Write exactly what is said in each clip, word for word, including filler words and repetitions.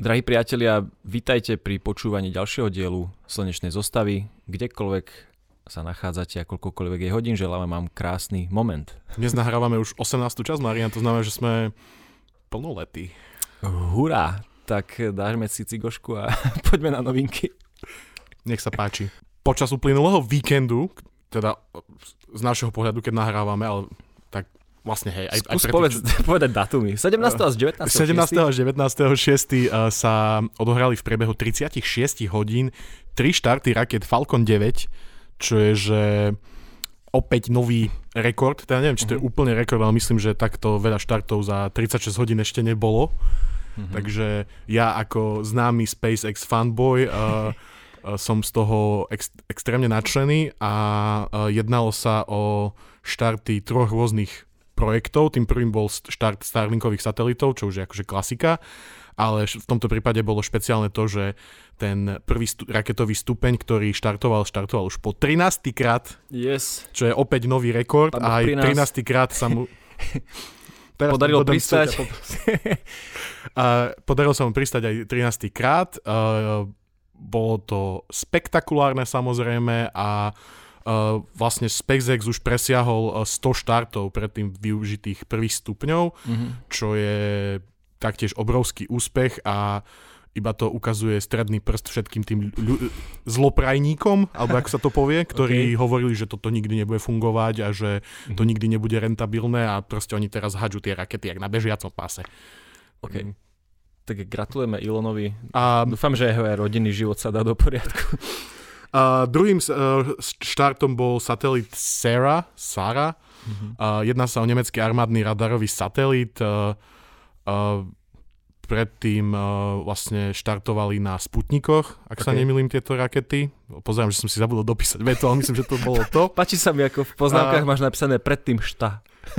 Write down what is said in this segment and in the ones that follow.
Drahí priatelia, vítajte pri počúvaní ďalšieho dielu Slnečnej zostavy. Kdekoľvek sa nachádzate a koľkokoľvek je hodín, želáme vám krásny moment. Dnes nahrávame už osemnástu časť, Marian, to znamená, že sme plnoletí. Hurá, tak dážme si cigošku a poďme na novinky. Nech sa páči. Počas uplynulého víkendu, teda z našeho pohľadu, keď nahrávame, ale tak vlastne hej. Aj, Skús aj povedz, povedať datumy. sedemnásteho až devätnásteho sedemnásteho až devätnásteho šiesteho sa odohrali v priebehu tridsaťšesť hodín tri štarty raket Falcon deväť, čo je, že opäť nový rekord. Teda neviem, či to je úplne rekord, ale myslím, že takto veľa štartov za tridsaťšesť hodín ešte nebolo. Uh-huh. Takže ja ako známy SpaceX fanboy uh, uh, som z toho ex- extrémne nadšený a uh, jednalo sa o štarty troch rôznych projektov. Tým prvým bol štart Starlinkových satelitov, čo už je akože klasika, ale v tomto prípade bolo špeciálne to, že ten prvý stu- raketový stupeň, ktorý štartoval, štartoval už po trinásty krát, yes. Čo je opäť nový rekord a aj trinásty krát sa mu... Teraz podarilo pristať. Po... a podarilo sa mu pristať aj trinásty krát. Uh, bolo to spektakulárne samozrejme a Uh, vlastne SpaceX už presiahol uh, sto štartov predtým využitých prvých stupňov, mm-hmm. čo je taktiež obrovský úspech a iba to ukazuje stredný prst všetkým tým ľu- zloprajníkom, alebo ako sa to povie, ktorí okay. hovorili, že toto nikdy nebude fungovať a že mm-hmm. to nikdy nebude rentabilné a proste oni teraz hádžu tie rakety jak na bežiacom páse. OK. Mm. Tak gratulujeme Elonovi. A dúfam, že jeho rodinný život sa dá do poriadku. Uh, druhým uh, štartom bol satelit Sara, Sara. Mm-hmm. Uh, jedná sa o nemecký armádny radarový satelit. Uh, uh, predtým uh, vlastne štartovali na Sputnikoch, ak okay. sa nemýlim tieto rakety. Pozerám, že som si zabudol dopísať vetu, ale myslím, že to bolo to. Páči sa mi, ako v poznámkach uh, máš napísané predtým šta.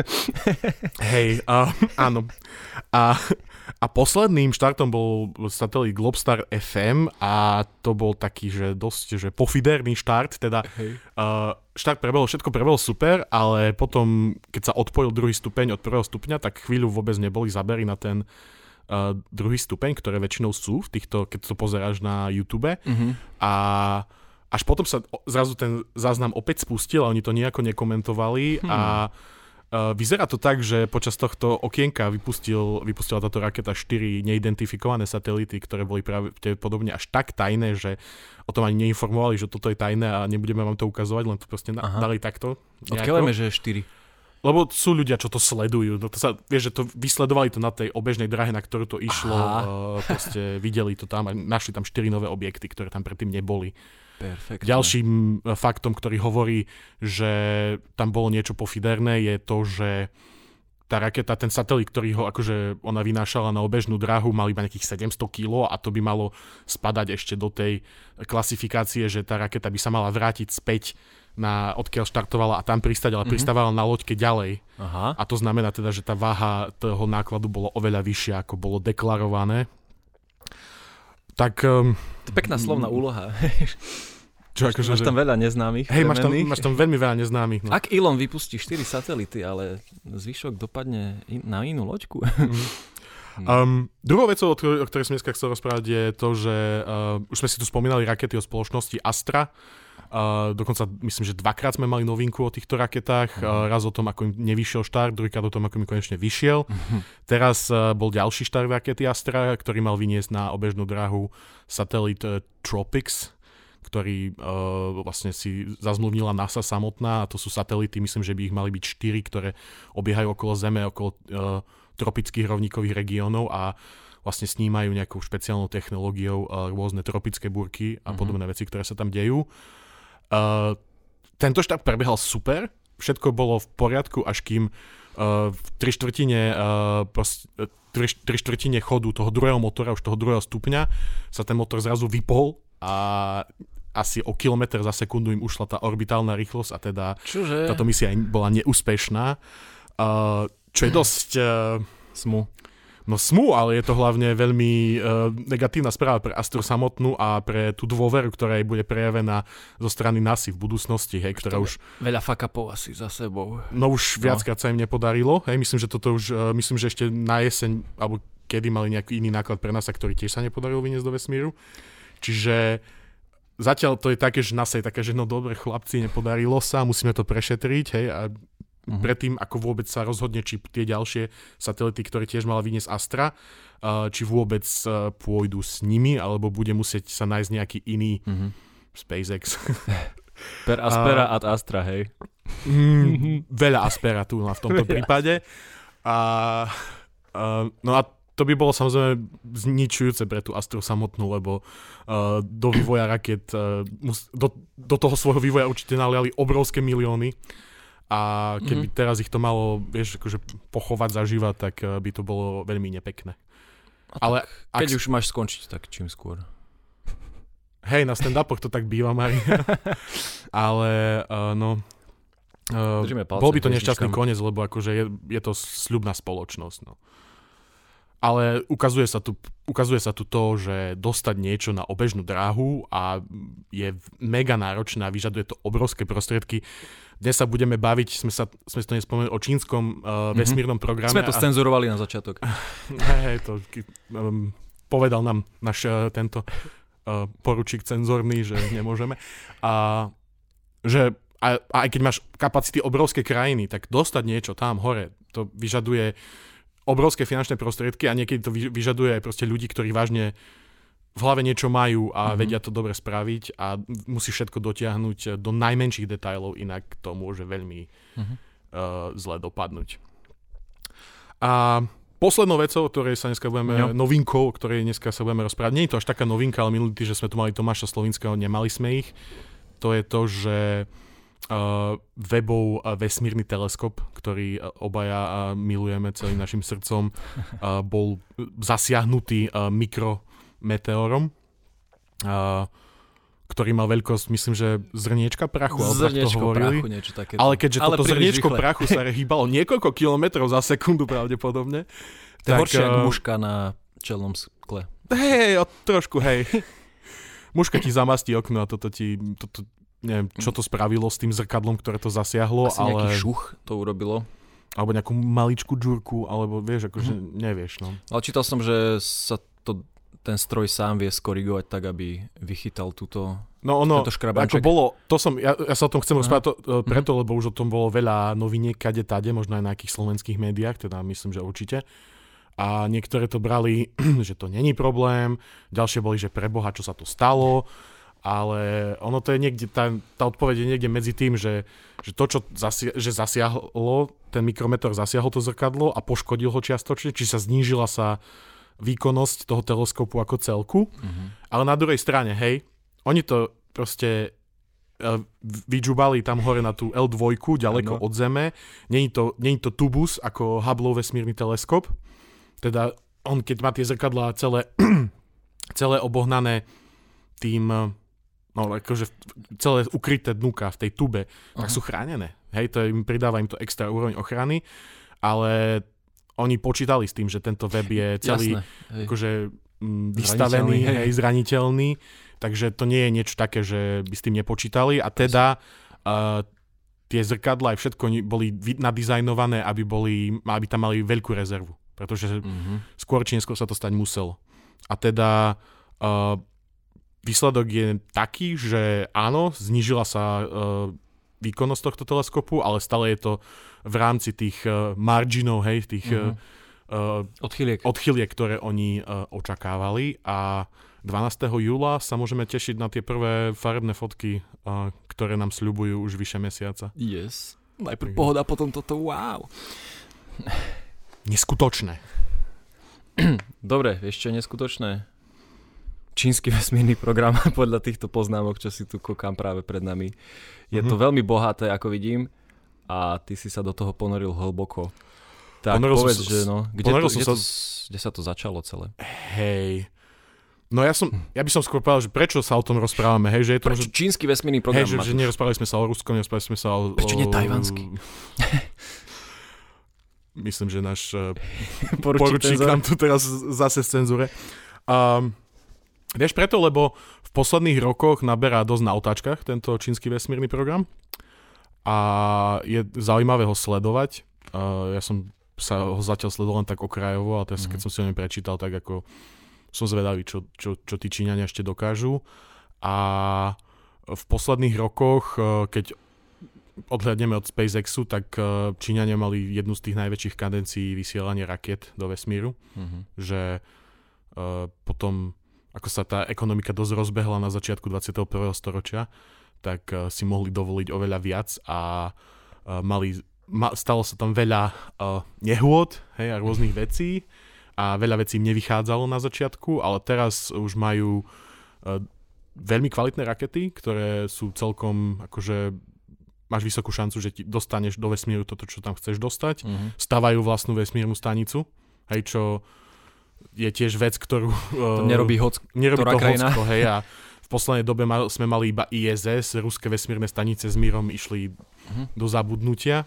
Hej, uh, áno. A A posledným štartom bol satelit Globstar ef em a to bol taký, že dosť že pofiderný štart, teda okay. uh, štart prebehol, všetko prebehol super, ale potom, keď sa odpojil druhý stupeň od prvého stupňa, tak chvíľu vôbec neboli zabery na ten uh, druhý stupeň, ktoré väčšinou sú v týchto, keď to pozeráš na YouTube. Uh-huh. A až potom sa zrazu ten záznam opäť spustil a oni to nejako nekomentovali hmm. a Uh, vyzerá to tak, že počas tohto okienka vypustil, vypustila táto raketa štyri neidentifikované satelity, ktoré boli práve podobne až tak tajné, že o tom ani neinformovali, že toto je tajné a nebudeme vám to ukazovať, len to proste na- dali takto. Odkiaľ vieme, že je štyri? Lebo sú ľudia, čo to sledujú. No to sa, vieš, že to vysledovali to na tej obežnej dráhe, na ktorú to išlo. Uh, proste videli to tam a našli tam štyri nové objekty, ktoré tam predtým neboli. Perfektne. Ďalším faktom, ktorý hovorí, že tam bolo niečo pofiderné, je to, že tá raketa, ten satelit, ktorý ho akože ona vynášala na obežnú dráhu, mal iba nejakých sedemsto kíl a to by malo spadať ešte do tej klasifikácie, že tá raketa by sa mala vrátiť späť na odkiaľ štartovala a tam pristať, ale mm-hmm. pristávala na loďke ďalej. Aha. A to znamená teda, že tá váha toho nákladu bolo oveľa vyššia, ako bolo deklarované. Tak... Um, to je pekná slovná úloha. Čo, máš, akože, máš tam veľa neznámych. Hej, máš tam, máš tam veľmi veľa neznámych. No. Ak Elon vypustí štyri satelity, ale zvyšok dopadne in, na inú loďku. Mm. um, druhou vecou, o ktorej, o ktorej som dneska chcel rozprávať, je to, že uh, už sme si tu spomínali rakety od spoločnosti Astra. Uh, dokonca myslím, že dvakrát sme mali novinku o týchto raketách. Mm. Uh, raz o tom, ako im nevyšiel štart, druhýkrát o tom, ako im konečne vyšiel. Mm. Teraz uh, bol ďalší štart rakety Astra, ktorý mal vyniesť na obežnú dráhu satelit uh, Tropics, ktorý uh, vlastne si zazmluvnila NASA samotná a to sú satelity, myslím, že by ich mali byť štyri, ktoré obiehajú okolo Zeme, okolo uh, tropických rovníkových regiónov a vlastne snímajú nejakou špeciálnou technológiou uh, rôzne tropické búrky a mm-hmm. podobné veci, ktoré sa tam dejú. Uh, tento štart prebiehal super, všetko bolo v poriadku, až kým uh, v tri štvrtine uh, prost, uh, tri, tri štvrtine chodu toho druhého motora, už toho druhého stupňa, sa ten motor zrazu vypol a asi o kilometr za sekundu im ušla tá orbitálna rýchlosť a teda Čože? Táto misia bola neúspešná. Uh, čo je dosť... Uh, Smu. No smú, ale je to hlavne veľmi uh, negatívna správa pre Astru samotnú a pre tú dôveru, ktorá jej bude prejavená zo strany NASA v budúcnosti, hej, ktorá už... Veľa fuck-upov asi za sebou. No už viackrát no. sa im nepodarilo, hej, myslím, že toto už, uh, myslím, že ešte na jeseň, alebo kedy mali nejaký iný náklad pre NASA, ktorý tiež sa nepodarilo vyniesť do vesmíru. Čiže zatiaľ to je také, že NASA je také, že no dobre, chlapci, nepodarilo sa, musíme to prešetriť, hej, a uh-huh. predtým, ako vôbec sa rozhodne, či tie ďalšie satelity, ktoré tiež mala vyniesť Astra, uh, či vôbec uh, pôjdu s nimi, alebo bude musieť sa nájsť nejaký iný uh-huh. SpaceX. Per aspera uh, ad astra, hej. Mm, veľa aspera tu v tomto prípade. A, uh, no a to by bolo samozrejme zničujúce pre tú Astru samotnú, lebo uh, do vývoja raket, uh, mus, do, do toho svojho vývoja určite naliali obrovské milióny a keby mm-hmm. teraz ich to malo, vieš, akože pochovať zaživa, tak uh, by to bolo veľmi nepekné. Ale keď ak... už máš skončiť, tak čím skôr. Hej, na stand-upoch to tak býva, Maria. Ale uh, no, uh, palce, bol by to nešťastný koniec, lebo akože je, je to sľubná spoločnosť. No. Ale ukazuje sa, tu, ukazuje sa tu to, že dostať niečo na obežnú dráhu a je mega náročné a vyžaduje to obrovské prostriedky. Dnes sa budeme baviť, sme sa sme to nespomenuli, o čínskom uh, vesmírnom programe. Sme to a... scenzurovali na začiatok. Hej, to um, povedal nám náš uh, tento... Uh, poručík cenzorný, že nemôžeme. A že a, a aj keď máš kapacity obrovské krajiny, tak dostať niečo tam hore, to vyžaduje obrovské finančné prostriedky a niekedy to vyžaduje aj proste ľudí, ktorí vážne v hlave niečo majú a mm-hmm. vedia to dobre spraviť a musí všetko dotiahnuť do najmenších detailov, inak to môže veľmi mm-hmm. uh, zle dopadnúť. A poslednou vecou, o ktorej sa dneska budeme, no. novinkou, o ktorej dneska sa budeme rozprávať, nie je to až taká novinka, ale minulý týždeň sme tu mali Tomáša Slovinského, nemali sme ich. To je to, že uh, webov uh, vesmírny teleskop, ktorý uh, obaja uh, milujeme celým našim srdcom, uh, bol zasiahnutý uh, mikrometeorom, uh, ktorý mal veľkosť, myslím, že zrniečka prachu. Zrniečko to prachu, niečo takéto. Ale keďže ale toto zrniečko rýchle. prachu sa hýbalo niekoľko kilometrov za sekundu pravdepodobne. To je horšie ako muška na čelnom skle. Hej, trošku, hej. Muška ti zamastí okno a toto ti, toto, neviem, čo to spravilo s tým zrkadlom, ktoré to zasiahlo. Asi ale... nejaký šuch to urobilo. Alebo nejakú maličkú džurku, alebo vieš, akože mm. nevieš, no. Ale čítal som, že sa to ten stroj sám vie skorigovať tak, aby vychytal túto, no ono, tento škrabanček. Ako bolo, to som, ja, ja sa o tom chcem rozprávať to, preto, mm-hmm. lebo už o tom bolo veľa noviniek kade tade, možno aj na nejakých slovenských médiách, teda myslím, že určite. A niektoré to brali, že to není problém, ďalšie boli, že preboha, čo sa to stalo, ale ono to je niekde, tá, tá odpoveď je niekde medzi tým, že, že to, čo zasia, že zasiahlo, ten mikrometer zasiahol to zrkadlo a poškodil ho čiastočne, či sa znížila sa výkonnosť toho teleskopu ako celku. Uh-huh. Ale na druhej strane, hej, oni to proste uh, vydžubali tam hore na tú el dva, ďaleko ano. Od Zeme. Není to, není to tubus ako Hubbleov vesmírny teleskop. Teda on, keď má tie zrkadlá celé, celé obohnané tým, no akože celé ukryté dnuka v tej tube, uh-huh. tak sú chránené. Hej, to im pridáva im to extra úroveň ochrany, ale oni počítali s tým, že tento web je celý akože, m, vystavený, zraniteľný, hej, zraniteľný, takže to nie je niečo také, že by s tým nepočítali a teda uh, tie zrkadlá aj všetko boli nadizajnované, aby, boli, aby tam mali veľkú rezervu, pretože mm-hmm. skôr či neskôr sa to stať muselo. A teda uh, výsledok je taký, že áno, znížila sa uh, výkonnosť tohto teleskopu, ale stále je to v rámci tých uh, marginov, hej, tých uh-huh. uh, odchyliek. odchyliek, ktoré oni uh, očakávali. A dvanásteho júla sa môžeme tešiť na tie prvé farebné fotky, uh, ktoré nám sľubujú už vyše mesiaca. Yes. Najprv pohoda, potom toto, wow. Neskutočné. Dobre, ešte neskutočné. Čínsky vesmírny program podľa týchto poznámok, čo si tu kokám práve pred nami. Je mm-hmm. to veľmi bohaté, ako vidím. A ty si sa do toho ponoril hlboko. Tak ponoril povedz, som, že no, kde, to, kde, sa... to, kde sa to začalo celé? Hej. No ja som, ja by som skôr povedal, že prečo sa o tom rozprávame, hej, že je to... Prečo že... čínsky vesmírny program? Hej, že, že nerozprávali sme sa o ruskom, nerozprávali sme sa o... Prečo nie tajvanský? Myslím, že náš uh, poručík nám tu teraz zase v cenzúre. Um, vieš preto, lebo v posledných rokoch naberá dosť na otáčkach tento čínsky vesmírny program. A je zaujímavé ho sledovať. Uh, ja som sa ho zatiaľ sledoval len tak okrajovo, ale teraz, mm-hmm. keď som si o ňom prečítal, tak ako som zvedavý, čo, čo, čo tí Číňania ešte dokážu. A v posledných rokoch, keď odhľadneme od SpaceXu, tak Číňania mali jednu z tých najväčších kadencií vysielania raket do vesmíru, mm-hmm. že uh, potom, ako sa tá ekonomika dosť rozbehla na začiatku dvadsiateho prvého storočia, tak uh, si mohli dovoliť oveľa viac a uh, mali, ma, stalo sa tam veľa uh, nehôd, hej, a rôznych vecí a veľa vecí im nevychádzalo na začiatku, ale teraz už majú uh, veľmi kvalitné rakety, ktoré sú celkom akože máš vysokú šancu, že ti dostaneš do vesmíru toto, čo tam chceš dostať. Uh-huh. Stavajú vlastnú vesmírnu stanicu, hej, čo je tiež vec, ktorú... To uh, nerobí hoc, nerobí ktorá to krajina. Hocko, hej, a v poslednej dobe mal, sme mali iba í es es, ruské vesmírne stanice s mírom išli uh-huh. do zabudnutia.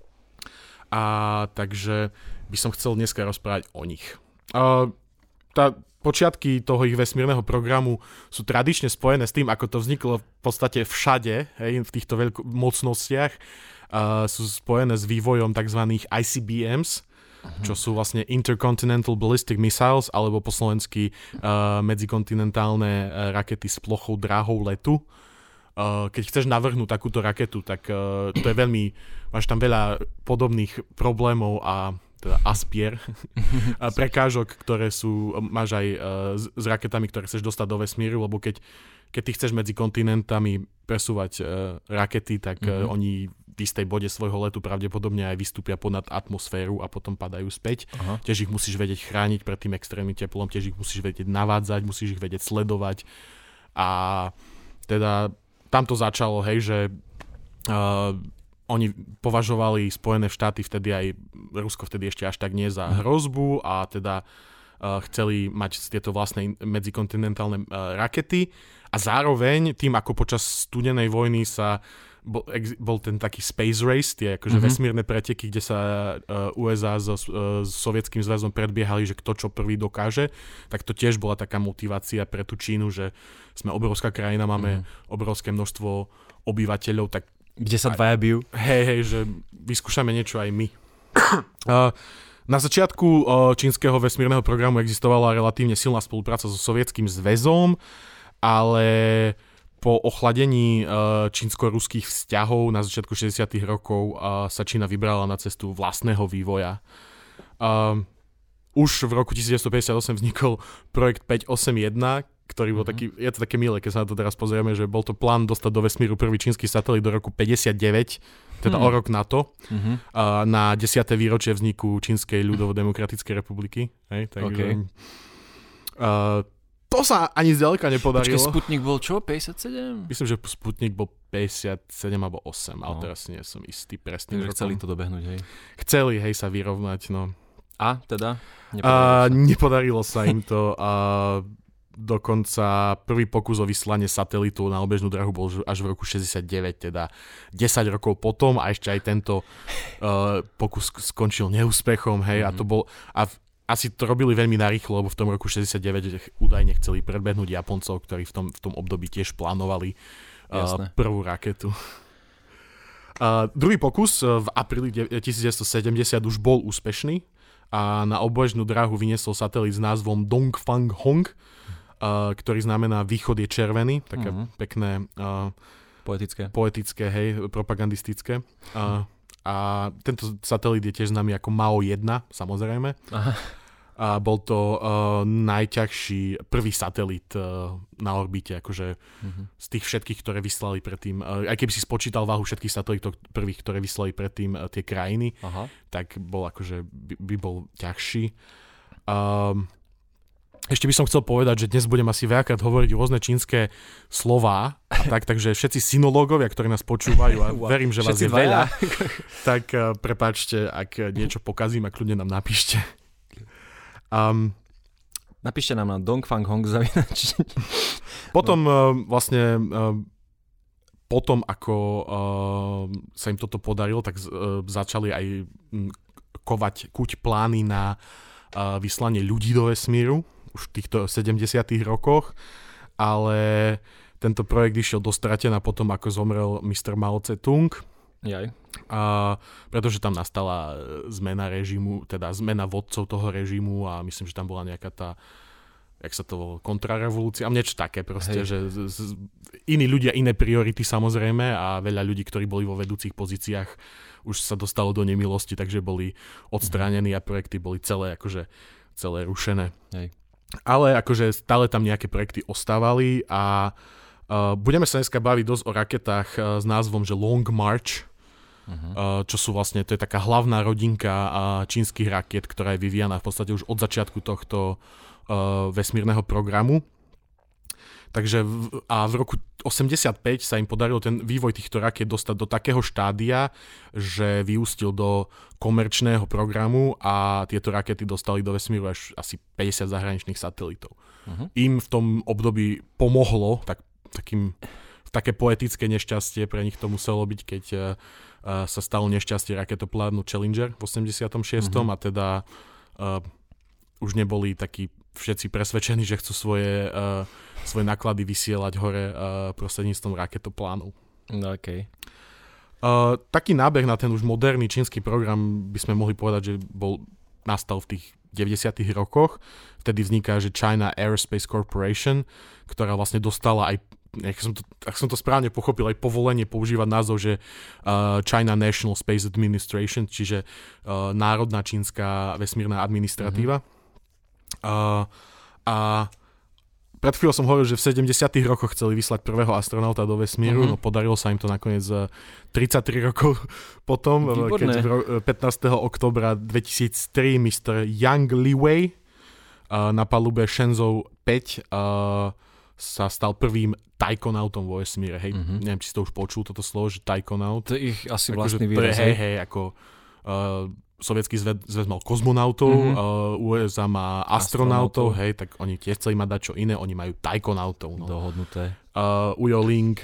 A takže by som chcel dneska rozprávať o nich. Uh, tá Počiatky toho ich vesmírneho programu sú tradične spojené s tým, ako to vzniklo v podstate všade, hej, v týchto veľko- mocnostiach. Uh, sú spojené s vývojom tzv. í cé bé ems, uh-huh. čo sú vlastne Intercontinental Ballistic Missiles, alebo po slovensky uh, medzikontinentálne uh, rakety s plochou dráhou letu. Uh, keď chceš navrhnúť takúto raketu, tak uh, to je veľmi... Máš tam veľa podobných problémov a teda aspier, prekážok, ktoré sú, máš aj uh, s, s raketami, ktoré chceš dostať do vesmíru, lebo keď, keď ty chceš medzi kontinentami presúvať uh, rakety, tak mm-hmm. uh, oni v istej bode svojho letu pravdepodobne aj vystúpia ponad atmosféru a potom padajú späť. Aha. Tiež ich musíš vedieť chrániť pred tým extrémnym teplom, tiež ich musíš vedieť navádzať, musíš ich vedieť sledovať. A teda tam to začalo, hej, že uh, oni považovali Spojené štáty vtedy aj, Rusko vtedy ešte až tak nie za hrozbu a teda uh, chceli mať tieto vlastné medzikontinentálne uh, rakety a zároveň tým, ako počas studenej vojny sa bol, ex, bol ten taký space race, tie akože mm-hmm. vesmírne preteky, kde sa uh, ú es á so, uh, s Sovietským zväzom predbiehali, že kto čo prvý dokáže, tak to tiež bola taká motivácia pre tú Čínu, že sme obrovská krajina, máme mm-hmm. obrovské množstvo obyvateľov, tak kde sa dvaja bijú. Hej, hej, že vyskúšame niečo aj my. uh, na začiatku uh, čínskeho vesmírneho programu existovala relatívne silná spolupráca so Sovietským zväzom, ale po ochladení uh, čínsko-ruských vzťahov na začiatku šesťdesiatych rokov uh, sa Čína vybrala na cestu vlastného vývoja. Uh, už v roku devätnásťstopäťdesiatosem vznikol projekt päť osem jeden, ktorý bol mm-hmm. taký, je to také milé, keď sa na to teraz pozrieme, že bol to plán dostať do vesmíru prvý čínsky satelit do roku päťdesiatdeväť, teda mm. o rok na to, mm-hmm. uh, na desiate výročie vzniku Čínskej ľudovo-demokratickej republiky. Hej, takže, okay. uh, to sa ani zďaleka nepodarilo. Počkej, Sputnik bol čo? päťdesiatsedem? Myslím, že Sputnik bol päťdesiatsedem alebo osem, no. Ale teraz nie som istý presne. Chceli to dobehnúť, hej? Chceli, hej, sa vyrovnať, no. A teda? Nepodarilo, uh, sa. nepodarilo sa im to. Uh, Dokonca prvý pokus o vyslanie satelitu na obežnú dráhu bol až v roku šesťdesiatdeväť, teda desať rokov potom a ešte aj tento uh, pokus skončil neúspechom, hej, mm-hmm. a to bol, a v, asi to robili veľmi narýchlo, lebo v tom roku šesťdesiatdeväť údajne chceli predbehnúť Japoncov, ktorí v tom, v tom období tiež plánovali uh, prvú raketu. Uh, druhý pokus uh, v apríli devätnásťstosedemdesiat už bol úspešný a na obežnú dráhu vyniesol satelit s názvom Dongfang Hong, Uh, ktorý znamená východ je červený, také uh-huh. pekné uh, poetické. poetické, hej, propagandistické. Uh, a tento satelit je tiež známy ako Mao jeden, samozrejme. Aha. A bol to uh, najťažší prvý satelit uh, na orbite, akože uh-huh. z tých všetkých, ktoré vyslali predtým. Uh, aj keby si spočítal váhu všetkých satelitov prvých, ktoré vyslali predtým uh, tie krajiny, Aha. tak bol akože by, by bol ťažší. Um, Ešte by som chcel povedať, že dnes budem asi veľakrát hovoriť rôzne čínske slová, a tak, takže všetci sinológovia, ktorí nás počúvajú, a verím, že vás je veľa, tak uh, prepáčte, ak niečo pokazím a kľudne nám napíšte. Um, Napíšte nám na Dongfang Hong zavinač. Potom uh, vlastne uh, potom, ako uh, sa im toto podarilo, tak uh, začali aj um, kovať, kuť plány na uh, vyslanie ľudí do vesmíru už v týchto sedemdesiatych rokoch, ale tento projekt išiel do stratená potom, ako zomrel mister Mao Tse-tung Jaj. A pretože tam nastala zmena režimu, teda zmena vodcov toho režimu a myslím, že tam bola nejaká tá, jak sa to volá, kontrarevolúcia, a niečo také proste, Hej. že z, z, iní ľudia, iné priority samozrejme a veľa ľudí, ktorí boli vo vedúcich pozíciách, už sa dostalo do nemilosti, takže boli odstránení a projekty boli celé akože celé rušené. Hej. Ale akože stále tam nejaké projekty ostávali a uh, budeme sa dneska baviť dosť o raketách uh, s názvom, že Long March, uh-huh. uh, čo sú vlastne, to je taká hlavná rodinka uh, čínskych rakiet, ktorá je vyvíjana v podstate už od začiatku tohto uh, vesmírneho programu. Takže v, a v roku osemdesiatpäť sa im podarilo ten vývoj týchto rakiet dostať do takého štádia, že vyústil do komerčného programu a tieto rakety dostali do vesmíru až asi päťdesiat zahraničných satelitov. Uh-huh. Im v tom období pomohlo, tak, takým, také poetické nešťastie pre nich to muselo byť, keď uh, sa stalo nešťastie raketoplánu Challenger v osemdesiatom šiestom Uh-huh. a teda uh, už neboli takí všetci presvedčení, že chcú svoje, uh, svoje náklady vysielať hore uh, prostredníctvom raketoplánov. No, okay. uh, taký nábeh na ten už moderný čínsky program by sme mohli povedať, že bol, nastal v tých deväťdesiatych rokoch. Vtedy vzniká, že China Aerospace Corporation, ktorá vlastne dostala aj, ak som to, ak som to správne pochopil, aj povolenie používať názov, že uh, China National Space Administration, čiže uh, Národná čínska vesmírna administratíva. Mm-hmm. Uh, a pred chvíľou som hovoril, že v sedemdesiatych rokoch chceli vyslať prvého astronauta do vesmíru, uh-huh. no podarilo sa im to nakoniec tridsaťtri rokov potom, Výborné. Keď v ro- pätnásteho októbra dvetisíctri mister Yang Liwei uh, na palube Shenzhou päť uh, sa stal prvým taikonautom vo vesmíre. Hej, uh-huh. neviem, či si to už počul, toto slovo, že taikonaut. To je ich asi ako, vlastný výraz. Hej, hej, ako... Uh, Sovietský zväz, zväz mal kozmonautov, mm-hmm. uh, ú es á má astronautov, astronautov, hej, tak oni tiež chceli mať dať čo iné, oni majú taikonautov. No. Dohodnuté. Uh, Ujo Ling,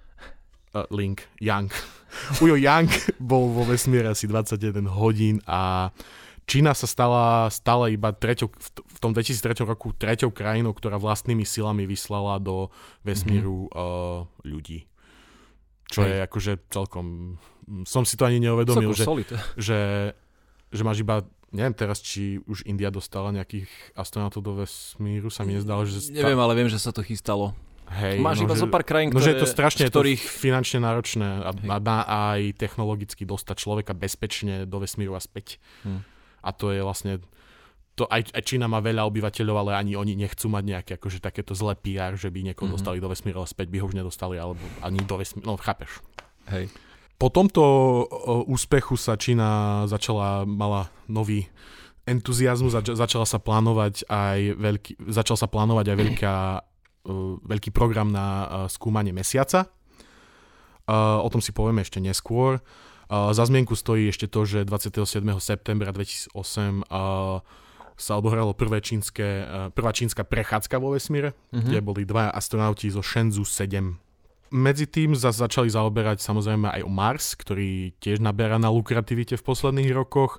uh, Ling, Yang, Ujo Yang bol vo vesmíre asi dvadsaťjeden hodín a Čína sa stala stále iba treťou, v tom dvetisíctri roku treťou krajinou, ktorá vlastnými silami vyslala do vesmíru mm-hmm. uh, ľudí. Čo hej. je akože celkom, som si to ani neuvedomil, že, že že máš iba, neviem teraz, či už India dostala nejakých astronautov do vesmíru, sa mi nezdalo, že... Neviem, ale viem, že sa to chystalo. Hej, máš no, iba že, zo pár krajín, ktoré... No, že je to strašne ktorých... je to finančne náročné a, a dá aj technologicky dostať človeka bezpečne do vesmíru a späť. Hmm. A to je vlastne... To aj, aj Čína má veľa obyvateľov, ale ani oni nechcú mať nejaké akože takéto zlé pé er, že by niekoho mm-hmm. dostali do vesmíru, ale späť by ho už nedostali, alebo ani do vesmíru. No, chápeš. Hej. Po tomto úspechu sa Čína začala, mala nový entuziazmus, zač- začala sa plánovať aj veľký, začal sa plánovať aj veľká, uh, veľký program na uh, skúmanie mesiaca. Uh, o tom si povieme ešte neskôr. Uh, za zmienku stojí ešte to, že dvadsiateho siedmeho septembra dvetisícosem uh, sa odohralo prvé čínske, uh, prvá čínska prechádzka vo vesmíre, mm-hmm. kde boli dva astronauti zo Shenzhou sedem. Medzi tým zase začali zaoberať samozrejme aj o Mars, ktorý tiež naberá na lukrativite v posledných rokoch.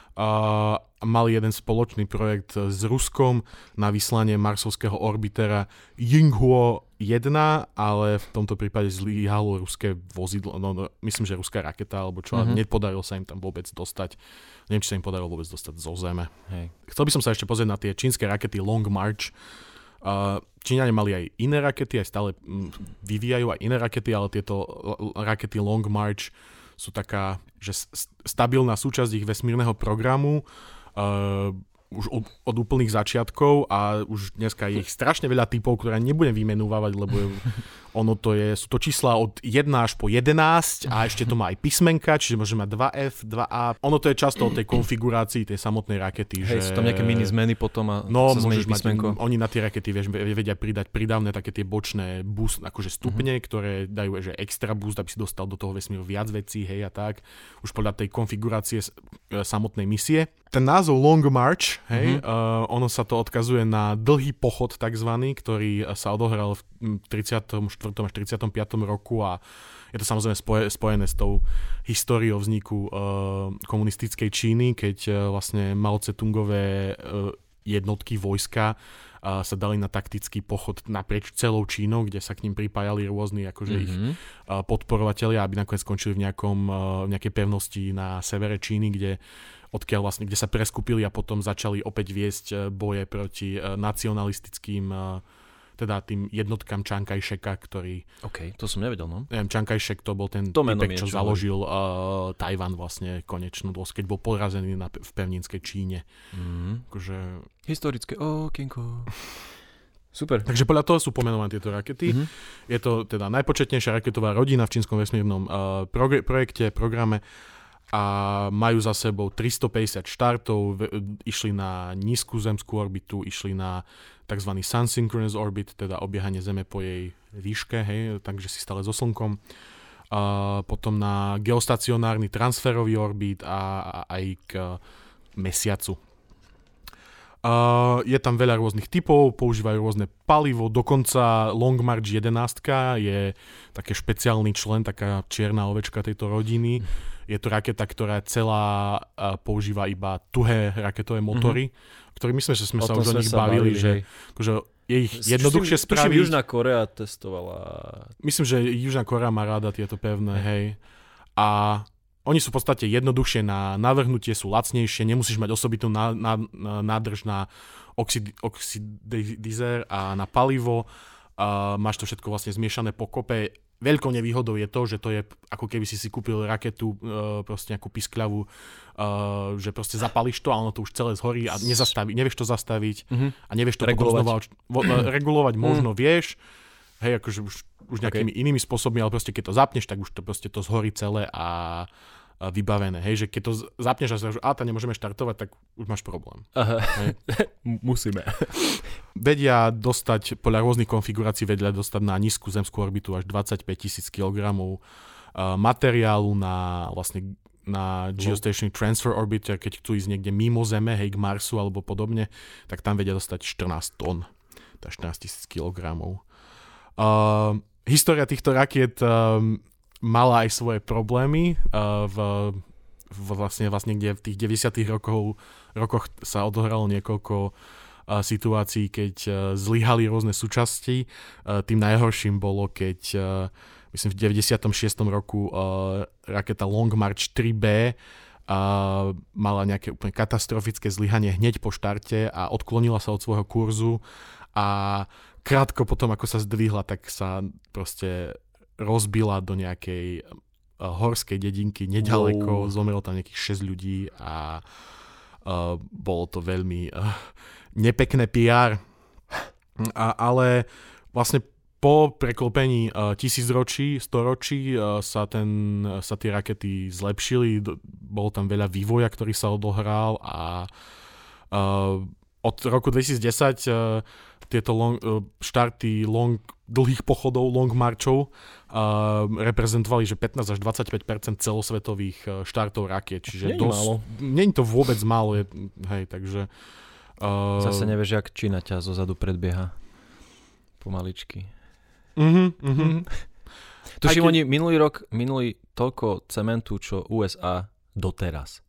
Uh, mali jeden spoločný projekt s Ruskom na vyslanie marsovského orbitera Yinghuo jeden, ale v tomto prípade zlyhalo ruské vozidlo, no, no myslím, že ruská raketa, alebo čo, mm-hmm. ale nepodarilo sa im tam vôbec dostať. Neviem, či sa im podarilo vôbec dostať zo Zeme. Hej. Chcel by som sa ešte pozrieť na tie čínske rakety Long March. Uh, Číňania mali aj iné rakety, aj stále vyvíjajú aj iné rakety, ale tieto rakety Long March sú taká, že stabilná súčasť ich vesmírneho programu. Uh, už od, od úplných začiatkov a už dneska je ich strašne veľa typov, ktoré nebudem vymenúvať, lebo je, ono to je, sú to čísla od jeden až po jedenásť a ešte to má aj písmenka, čiže môže mať dva ef, dva á. Ono to je často o tej konfigurácii tej samotnej rakety. Hej, že... sú tam nejaké mini zmeny potom a no, sa zmení písmenko. Mať, oni na tie rakety vieš, vedia pridať pridávne také tie bočné boost, akože stupne, uh-huh. ktoré dajú že extra boost, aby si dostal do toho vesmíru viac vecí, hej a tak. Už podľa tej konfigurácie samotnej misie. Ten názov Long March, hej, uh-huh. uh, ono sa to odkazuje na dlhý pochod takzvaný, ktorý sa odohral v tridsiatom štvrtom až tridsiatom piatom roku a je to samozrejme spoje, spojené s tou históriou vzniku uh, komunistickej Číny, keď uh, vlastne Mao Tse-tungové uh, jednotky vojska uh, sa dali na taktický pochod naprieč celou Čínou, kde sa k ním pripájali rôzni akože mm-hmm. ich uh, podporovatelia, aby nakoniec skončili v nejakom, uh, nejakej pevnosti na severe Číny, kde odkiaľ vlastne, kde sa preskupili a potom začali opäť viesť uh, boje proti uh, nacionalistickým uh, teda tým jednotkám Chiang Kai-sheka, ktorý... OK, to som nevedel, no. Neviem, Chiang Kai-shek to bol ten to typek, čo založil uh, Tajvan vlastne konečnú dôsť, keď bol porazený na, v pevninskej Číne. Mm-hmm. Akože... Historické okienko. Super. Takže podľa toho sú pomenované tieto rakety. Mm-hmm. Je to teda najpočetnejšia raketová rodina v čínskom vesmírnom uh, prog- projekte, programe a majú za sebou tristopäťdesiat štartov, v, išli na nízku zemskú orbitu, išli na tzv. Sun Synchronous Orbit, teda obiehanie Zeme po jej výške, hej, takže si stále so Slnkom. Uh, potom na geostacionárny transferový orbit a, a aj k uh, Mesiacu. Uh, je tam veľa rôznych typov, používajú rôzne palivo, dokonca Long March jedenásť je taký špeciálny člen, taká čierna ovečka tejto rodiny. Je to raketa, ktorá celá uh, používa iba tuhé raketové motory, mm-hmm. ktoré myslím, že sme o sa už o nich bavili, bavili že akože je ich jednoduchšie tuším, spraviť. Tuším, Južná Korea testovala. Myslím, že Južná Korea má rada tieto pevné, hej. A oni sú v podstate jednoduchšie na navrhnutie, sú lacnejšie, nemusíš mať osobitnú ná, ná, nádrž na oxid, oxidizér a na palivo. A máš to všetko vlastne zmiešané po kope. Veľkou nevýhodou je to, že to je ako keby si si kúpil raketu, uh, proste nejakú piskľavú, uh, že proste zapališ to a ono to už celé zhorí a nezastaví, nevieš to zastaviť mm-hmm. a nevieš to regulovať. Potom znova, vo, regulovať možno mm. vieš, hej, akože už, už nejakými okay. inými spôsobmi, ale proste keď to zapneš, tak už to proste to zhorí celé a, a vybavené, hej, že keď to zapneš a sa že a tá nemôžeme štartovať, tak už máš problém. Aha. Musíme. Vedia dostať, podľa rôznych konfigurácií vedia dostať na nízku zemskú orbitu až dvadsaťpäť tisíc kilogramov uh, materiálu na vlastne na Geostationary Transfer Orbit, keď chcú ísť niekde mimo Zeme, hej, k Marsu alebo podobne, tak tam vedia dostať štrnásť tón, teda štrnásť tisíc kilogramov. Uh, história týchto rakiet uh, mala aj svoje problémy. Uh, v, v vlastne, vlastne kde v tých deväťdesiatych rokov, rokoch sa odohralo niekoľko situácií, keď uh, zlyhali rôzne súčasti. Uh, tým najhorším bolo, keď uh, myslím v deväťdesiatom šiestom roku uh, raketa Long March tri bé uh, mala nejaké úplne katastrofické zlyhanie hneď po štarte a odklonila sa od svojho kurzu a krátko potom, ako sa zdvihla, tak sa proste rozbila do nejakej uh, horskej dedinky nedaleko, wow. Zomrelo tam nejakých šesť ľudí a uh, bolo to veľmi uh, nepekné pé er, a, ale vlastne po preklopení uh, tisícročí, storočí uh, sa, ten, uh, sa tie rakety zlepšili, do, bolo tam veľa vývoja, ktorý sa odohral a uh, od roku dvetisícdesať uh, tieto long, uh, štarty long, dlhých pochodov, long marchov uh, reprezentovali, že pätnásť až dvadsaťpäť percent celosvetových uh, štartov rakiet, čiže nie dosť, nie je to vôbec málo, je, hej, takže Uh, Zase nevieš, jak Čína ťa zozadu predbieha. Pomaličky. Uh-huh, uh-huh. Tuším, keď... oni minulý rok minuli toľko cementu, čo ú es á doteraz.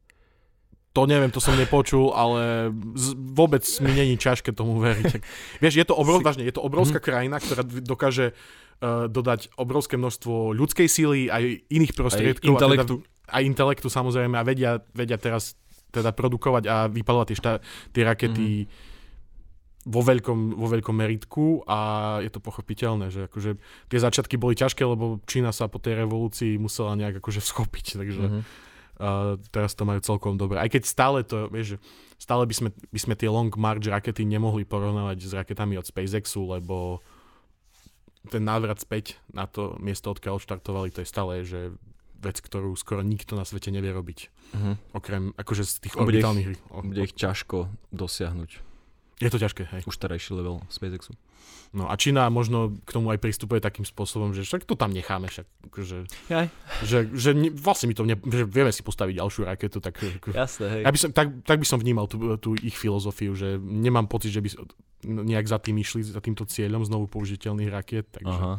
To neviem, to som nepočul, ale z, vôbec mi není ťažké tomu veriť. Vieš, je to, obrov, si... vážne, je to obrovská uh-huh. krajina, ktorá dokáže uh, dodať obrovské množstvo ľudskej síly aj iných prostriedkov. Aj intelektu. A teda, aj intelektu samozrejme a vedia, vedia teraz teda produkovať a vypalovať tie, šta- tie rakety mm. vo, veľkom, vo veľkom meritku a je to pochopiteľné, že akože tie začiatky boli ťažké, lebo Čína sa po tej revolúcii musela nejak akože vschopiť, takže mm-hmm. uh, teraz to majú celkom dobre. Aj keď stále to, vieš, stále by sme, by sme tie Long March rakety nemohli porovnávať s raketami od SpaceXu, lebo ten návrat späť na to miesto, odkiaľ štartovali, to je stále, že vec, ktorú skoro nikto na svete nevie robiť. Uh-huh. Okrem akože z tých orbitálnych... Bude ich ťažko dosiahnuť. Je to ťažké, hej. Už terajší level SpaceXu. No a Čína možno k tomu aj pristupuje takým spôsobom, že však to tam necháme, však akože... Jaj. Že, že ne, vlastne my to ne, že vieme si postaviť ďalšiu raketu, tak... Jasné, hej. Ja by som, tak, tak by som vnímal tú, tú ich filozofiu, že nemám pocit, že by nejak za tým išli, za týmto cieľom znovu použiteľných rakiet, takže... Aha.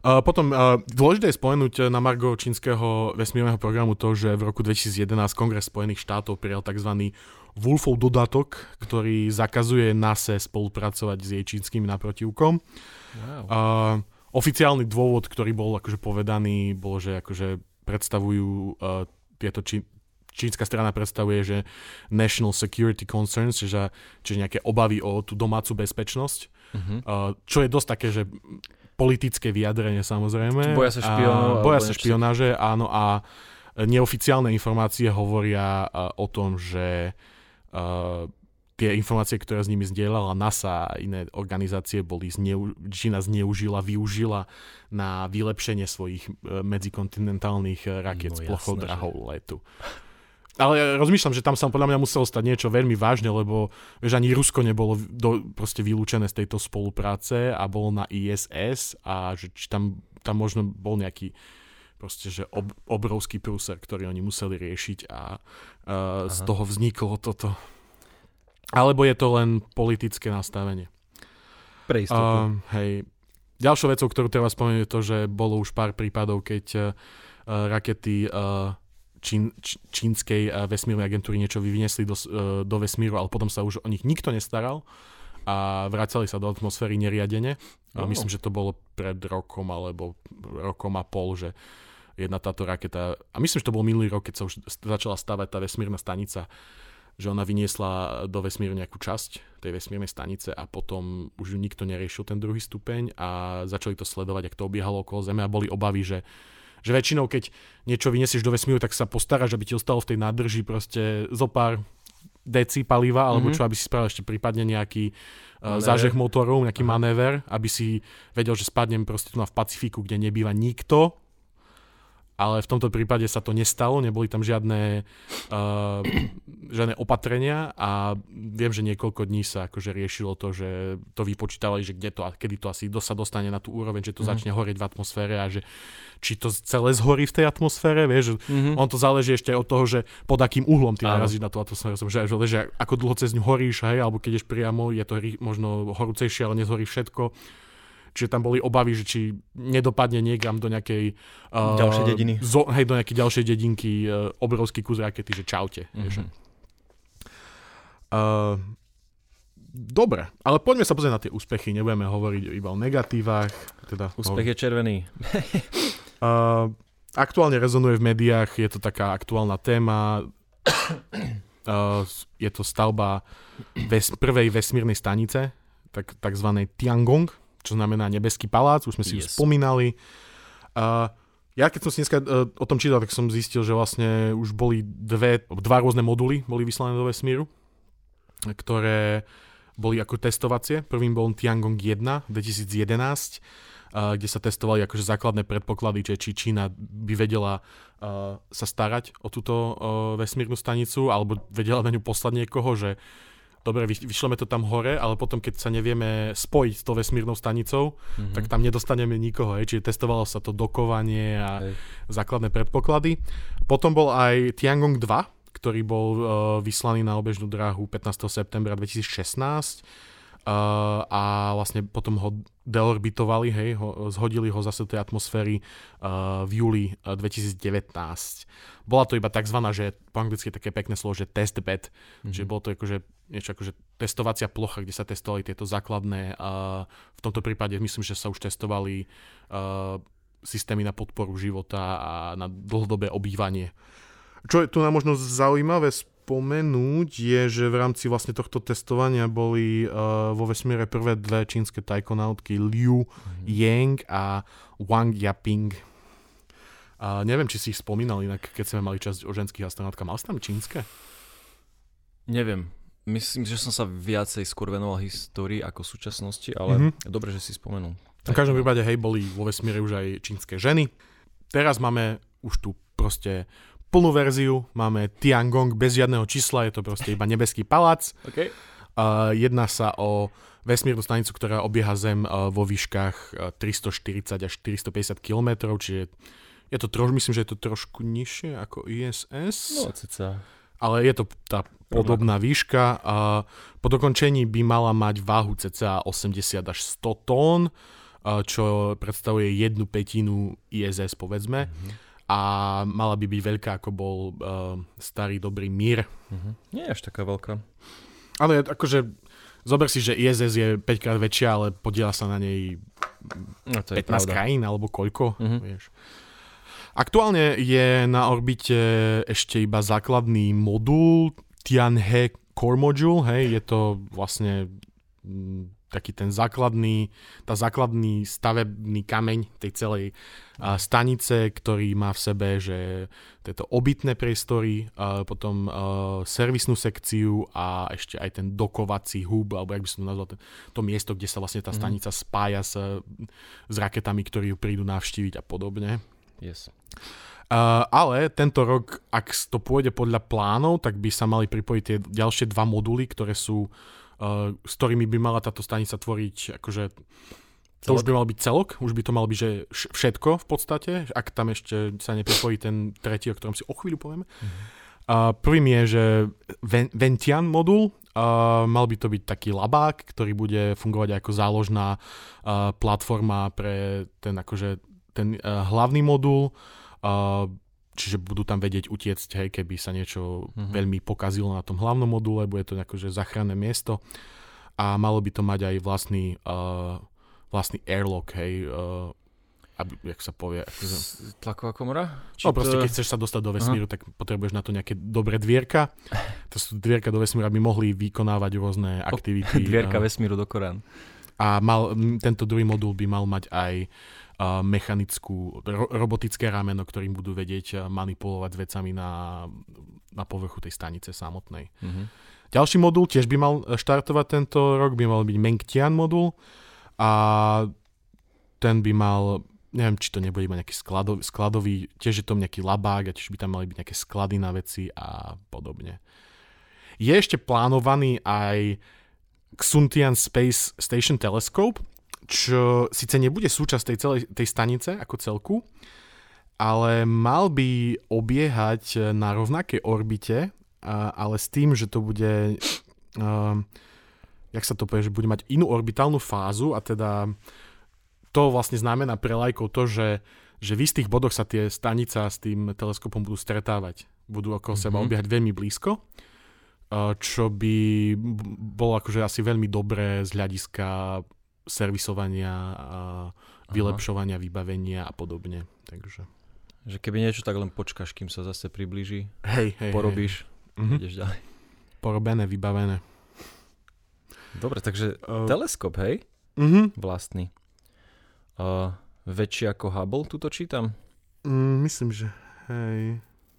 Uh, potom uh, dôležité je spomenúť na margo čínskeho vesmírneho programu to, že v roku dvetisíc jedenásť Kongres Spojených štátov prijal tzv. Wolfov dodatok, ktorý zakazuje NASA spolupracovať s jej čínskym naprotivkom. Wow. Uh, oficiálny dôvod, ktorý bol akože povedaný, bol, že akože predstavujú uh, tieto či, čínska strana predstavuje, že national security concerns, čiže, čiže nejaké obavy o tú domácu bezpečnosť, uh-huh. uh, čo je dosť také, že politické vyjadrenie samozrejme. Boja sa špionov. Boja sa špionáže, áno, a neoficiálne informácie hovoria uh, o tom, že uh, tie informácie, ktoré s nimi zdieľala NASA a iné organizácie, boli zneu- Čína zneužila, využila na vylepšenie svojich uh, medzikontinentálnych uh, rakiet no, s plochou jasné, drahou že... letu. Ale ja rozmýšľam, že tam sa podľa mňa muselo stať niečo veľmi vážne, lebo vieš, ani Rusko nebolo do, proste vylúčené z tejto spolupráce a bolo na í es es a že či tam, tam možno bol nejaký proste, že ob, obrovský prúser, ktorý oni museli riešiť a uh, z toho vzniklo toto. Alebo je to len politické nastavenie. Pre istotu. Uh, hej. Ďalšou vecou, ktorú treba spomenúť, je to, že bolo už pár prípadov, keď uh, rakety uh, Čín, čínskej vesmírnej agentúry niečo vyniesli do, do vesmíru, ale potom sa už o nich nikto nestaral a vracali sa do atmosféry neriadene. Oh. Myslím, že to bolo pred rokom alebo rokom a pol, že jedna táto raketa, a myslím, že to bol minulý rok, keď sa už začala stavať tá vesmírna stanica, že ona vyniesla do vesmíru nejakú časť tej vesmírnej stanice a potom už nikto neriešil ten druhý stupeň a začali to sledovať, ak to obiehalo okolo Zeme a boli obavy, že že väčšinou, keď niečo vyniesieš do vesmíru, tak sa postaráš, aby ti ostalo v tej nádrži proste zo pár deci paliva, alebo mm-hmm. čo, aby si spravil ešte prípadne nejaký uh, zážeh motorov, nejaký Aha. manéver, aby si vedel, že spadnem proste tu na v Pacifiku, kde nebýva nikto, ale v tomto prípade sa to nestalo, neboli tam žiadne, uh, žiadne opatrenia a viem, že niekoľko dní sa akože riešilo to, že to vypočítavali, že kde to a kedy to asi sa dostane na tú úroveň, že to mm-hmm. začne horieť v atmosfére a že či to celé zhorí v tej atmosfére, vieš, mm-hmm. on to záleží ešte od toho, že pod akým uhlom ty narazíš na tú atmosféru, že, že, že ako dlho cez ňu horíš, hej, alebo keď ješ priamo, je to možno horúcejšie, ale nezhorí všetko. Čiže tam boli obavy, že či nedopadne niekam do nejakej uh, ďalšej dediny. Zo, hej, do nejakej ďalšej dedinky uh, obrovský kus rakety, že čaute. Mm-hmm. Uh, dobre, ale poďme sa pozrieť na tie úspechy, nebudeme hovoriť iba o negatívach. Teda, Úspech je červený. uh, aktuálne rezonuje v médiách, je to taká aktuálna téma. Uh, je to stavba ves- prvej vesmírnej stanice, tak, takzvanej Tiangong, čo znamená nebeský palác, už sme si yes. ju spomínali. Uh, ja keď som si dneska uh, o tom čítal, tak som zistil, že vlastne už boli dve, dva rôzne moduly boli vyslané do vesmíru, ktoré boli ako testovacie. Prvým bol Tiangong jeden dvetisíc jedenásť, uh, kde sa testovali akože základné predpoklady, že či Čína by vedela uh, sa starať o túto uh, vesmírnu stanicu, alebo vedela na ňu poslať niekoho, že dobre, vyšleme to tam hore, ale potom, keď sa nevieme spojiť s tou vesmírnou stanicou, mm-hmm. tak tam nedostaneme nikoho. Hej. Čiže testovalo sa to dokovanie a hej. základné predpoklady. Potom bol aj Tiangong dva, ktorý bol uh, vyslaný na obežnú dráhu pätnásteho septembra dvetisíc šestnásť uh, a vlastne potom ho deorbitovali, hej, ho, zhodili ho zase do tej atmosféry uh, v júli uh, dvetisíc devätnásť. Bola to iba takzvaná, že po anglicky je také pekné slovo, že test bed, mm-hmm. čiže bolo to akože niečo akože testovacia plocha, kde sa testovali tieto základné, uh, v tomto prípade myslím, že sa už testovali uh, systémy na podporu života a na dlhodobé obývanie. Čo je tu nám možno zaujímavé spomenúť je, že v rámci vlastne tohto testovania boli uh, vo vesmíre prvé dve čínske taikonautky Liu mm-hmm. Yang a Wang Yaping. Uh, neviem, či si ich spomínal, inak keď sme mali časť o ženských astronautkách. Mal si tam čínske? Neviem. Myslím, že som sa viacej skôr venoval histórii ako súčasnosti, ale mm-hmm. dobre, že si spomenul. V každom prípade, hej, boli vo vesmíre už aj čínske ženy. Teraz máme už tu proste plnú verziu, máme Tiangong bez žiadneho čísla, je to proste iba nebeský palác. Okay. Uh, jedná sa o vesmírnu stanicu, ktorá obieha Zem uh, vo výškach uh, tristoštyridsať až štyristopäťdesiat kilometrov, čiže je to troš, myslím, že je to trošku nižšie ako í es es. No, ceca. Ale je to tá podobná výška. A po dokončení by mala mať váhu cca osemdesiat až sto tón. čo predstavuje jednu pätinu í es es, povedzme. Mm-hmm. A mala by byť veľká, ako bol uh, starý dobrý Mir. Mm-hmm. Nie je až taká veľká. Ale akože, zober si, že í es es je päťkrát väčšia, ale podiela sa na nej no, to pätnásť krajín, alebo koľko, mm-hmm. vieš. Aktuálne je na orbite ešte iba základný modul Tianhe Core Module, hej, je to vlastne m, taký ten základný, tá základný stavebný kameň tej celej a, stanice, ktorý má v sebe, že tieto obytné priestory, a potom a, servisnú sekciu a ešte aj ten dokovací hub, alebo jak by som to nazval, ten, to miesto, kde sa vlastne tá stanica mm. spája s, s raketami, ktorí ju prídu navštíviť a podobne. Yes. Uh, ale tento rok, ak to pôjde podľa plánov, tak by sa mali pripojiť tie ďalšie dva moduly, ktoré sú Uh, s ktorými by mala táto stanica tvoriť, akože to celok? Už by mal byť celok, už by to mal byť, že všetko v podstate, ak tam ešte sa nepripojí ten tretí, o ktorom si o chvíľu povieme. Mm-hmm. Uh, prvým je, že Ven- Ventian modul, uh, mal by to byť taký labák, ktorý bude fungovať ako záložná uh, platforma pre ten, akože, ten uh, hlavný modul, uh, čiže budú tam vedieť utiecť, hej, keby sa niečo mm-hmm. veľmi pokazilo na tom hlavnom module, bude to akože záchranné miesto a malo by to mať aj vlastný, uh, vlastný airlock, hej, uh, aby, jak sa povie. Tlaková komora? Či no to... proste, keď chceš sa dostať do vesmíru, Aha. tak potrebuješ na to nejaké dobré dvierka. To sú dvierka do vesmíru, aby mohli vykonávať rôzne aktivity. Dvierka uh, vesmíru do Korán. A mal, tento druhý modul by mal mať aj uh, mechanickú, ro- robotické rameno, ktorým budú vedieť uh, manipulovať s vecami na, na povrchu tej stanice samotnej. Mm-hmm. Ďalší modul tiež by mal štartovať tento rok, by mal byť Mengtian modul a ten by mal, neviem, či to nebude iba nejaký skladový, skladový, tiež je to nejaký labák a tiež by tam mali byť nejaké sklady na veci a podobne. Je ešte plánovaný aj Xuntian Space Station Telescope, čo síce nebude súčasť tej celej tej stanice ako celku, ale mal by obiehať na rovnakej orbite, ale s tým, že to bude, uh, jak sa to povie, že bude mať inú orbitálnu fázu a teda to vlastne znamená pre lajkov to, že, že v istých bodoch sa tie stanica s tým teleskopom budú stretávať. Budú okolo mm-hmm. seba obiehať veľmi blízko, čo by bolo akože asi veľmi dobré z hľadiska servisovania, a vylepšovania, Aha. vybavenia a podobne. Takže. Že keby niečo, tak len počkáš, kým sa zase priblíži, hej, hej, porobíš, hej. ideš ďalej. Porobené, vybavené. Dobre, takže uh, teleskop, hej? Uh-huh. Vlastný. Uh, väčší ako Hubble, tuto čítam? Mm, myslím, že hej.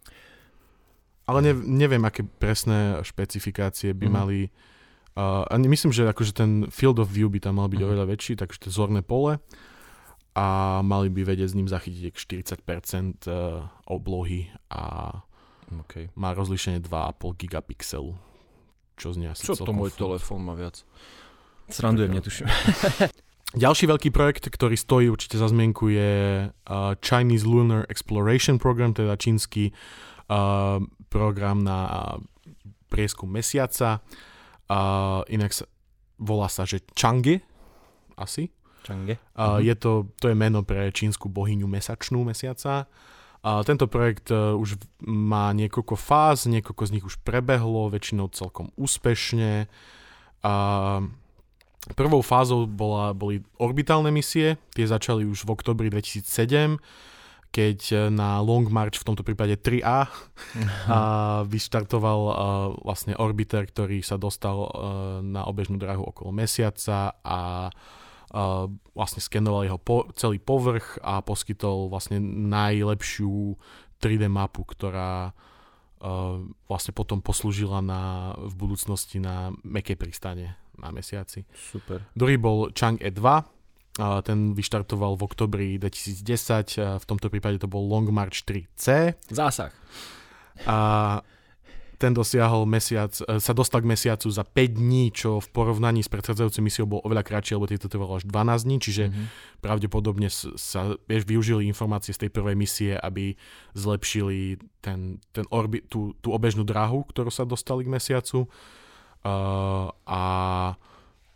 Ale ne, neviem, aké presné špecifikácie by mm. mali. Uh, myslím, že akože ten field of view by tam mal byť mm. oveľa väčší, takže to je zorné pole a mali by vedieť s ním zachytiť štyridsať percent uh, oblohy a okay. má rozlíšenie dva a pol gigapixelu. Čo znie asi Čo to môj telefón má viac? Srandujem, netuším. Ďalší veľký projekt, ktorý stojí určite za zmienku, je uh, Chinese Lunar Exploration Program, teda čínsky uh, program na prieskum mesiaca. Uh, inak sa, volá sa, že Chang'e, asi. Chang'e. Uh, mhm. je to, to je meno pre čínsku bohyňu mesačnú mesiaca. Uh, tento projekt uh, už má niekoľko fáz, niekoľko z nich už prebehlo, väčšinou celkom úspešne. Uh, prvou fázou bola, boli orbitálne misie, tie začali už v októbri dvetisícsedem, keď na Long March, v tomto prípade tri á, a vyštartoval uh, vlastne orbiter, ktorý sa dostal uh, na obežnú dráhu okolo mesiaca a uh, vlastne skenoval jeho po- celý povrch a poskytol vlastne najlepšiu tri dé mapu, ktorá uh, vlastne potom poslúžila na, v budúcnosti na mäkké pristane na mesiaci. Super. Druhý bol Chang'e dva, a ten vyštartoval v oktobri dvetisícdesať, a v tomto prípade to bol Long March tri cé. Zásah. A ten dosiahol mesiac, sa dostal k mesiacu za päť dní, čo v porovnaní s predchádzajúcou misiou bol oveľa kratšie, lebo tieto trvalo až dvanásť dní, čiže mm-hmm. pravdepodobne sa, vieš, využili informácie z tej prvej misie, aby zlepšili ten, ten orbi, tú, tú obežnú dráhu, ktorú sa dostali k mesiacu. Uh, a